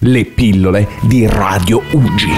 le pillole di Radio Uggi.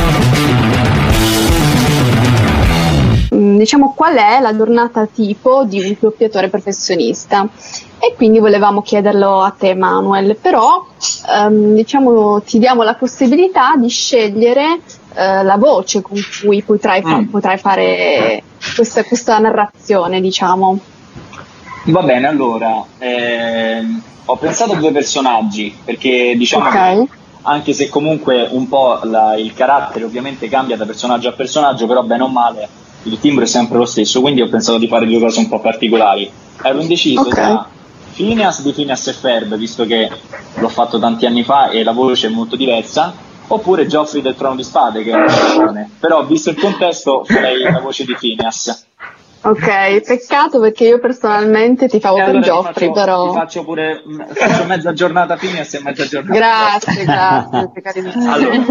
Diciamo, qual è la giornata tipo di un doppiatore professionista, e quindi volevamo chiederlo a te, Manuel, però diciamo ti diamo la possibilità di scegliere la voce con cui potrai fare questa narrazione, diciamo. Va bene, allora ho pensato a due personaggi, perché diciamo che, anche se comunque un po' il carattere ovviamente cambia da personaggio a personaggio, però bene o male il timbro è sempre lo stesso, quindi ho pensato di fare due cose un po' particolari. Ero indeciso tra Phineas di Phineas e Ferb, visto che l'ho fatto tanti anni fa e la voce è molto diversa, oppure Joffrey del Trono di Spade, che è una versione, però visto il contesto farei la voce di Phineas. Ok, peccato, perché io personalmente ti favo per allora Joffrey, però... faccio mezza giornata Phineas e mezza giornata... Grazie. Allora.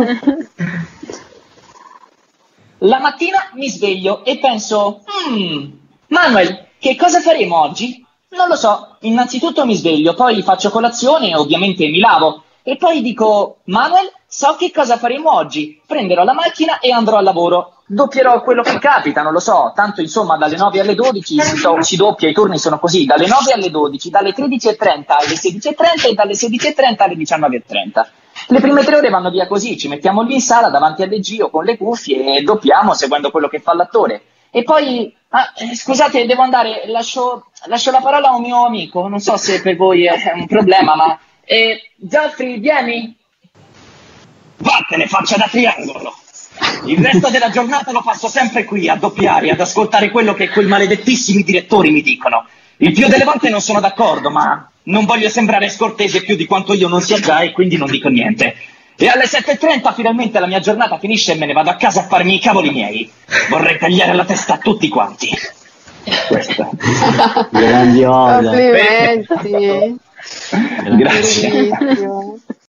La mattina mi sveglio e penso, Manuel, che cosa faremo oggi? Non lo so, innanzitutto mi sveglio, poi faccio colazione e ovviamente mi lavo. E poi dico, Manuel, so che cosa faremo oggi. Prenderò la macchina e andrò al lavoro. Doppierò quello che capita, non lo so. Tanto insomma dalle 9 alle 12 si doppia, i turni sono così. Dalle 9 alle 12, dalle 13:30 alle 16:30 e dalle 16:30 alle 19:30. Le prime 3 ore vanno via così, ci mettiamo lì in sala davanti alle Gio con le cuffie e doppiamo seguendo quello che fa l'attore. E poi, scusate, devo andare, lascio la parola a un mio amico, non so se per voi è un problema, ma... Geoffrey, vieni! Vattene, faccia da triangolo! Il resto della giornata lo passo sempre qui a doppiare, ad ascoltare quello che quei maledettissimi direttori mi dicono. Il più delle volte non sono d'accordo, ma non voglio sembrare scortese più di quanto io non sia già e quindi non dico niente. E alle 7:30 finalmente la mia giornata finisce e me ne vado a casa a farmi i cavoli miei. Vorrei tagliare la testa a tutti quanti. Questa. Grandiosa. Complimenti. Grazie.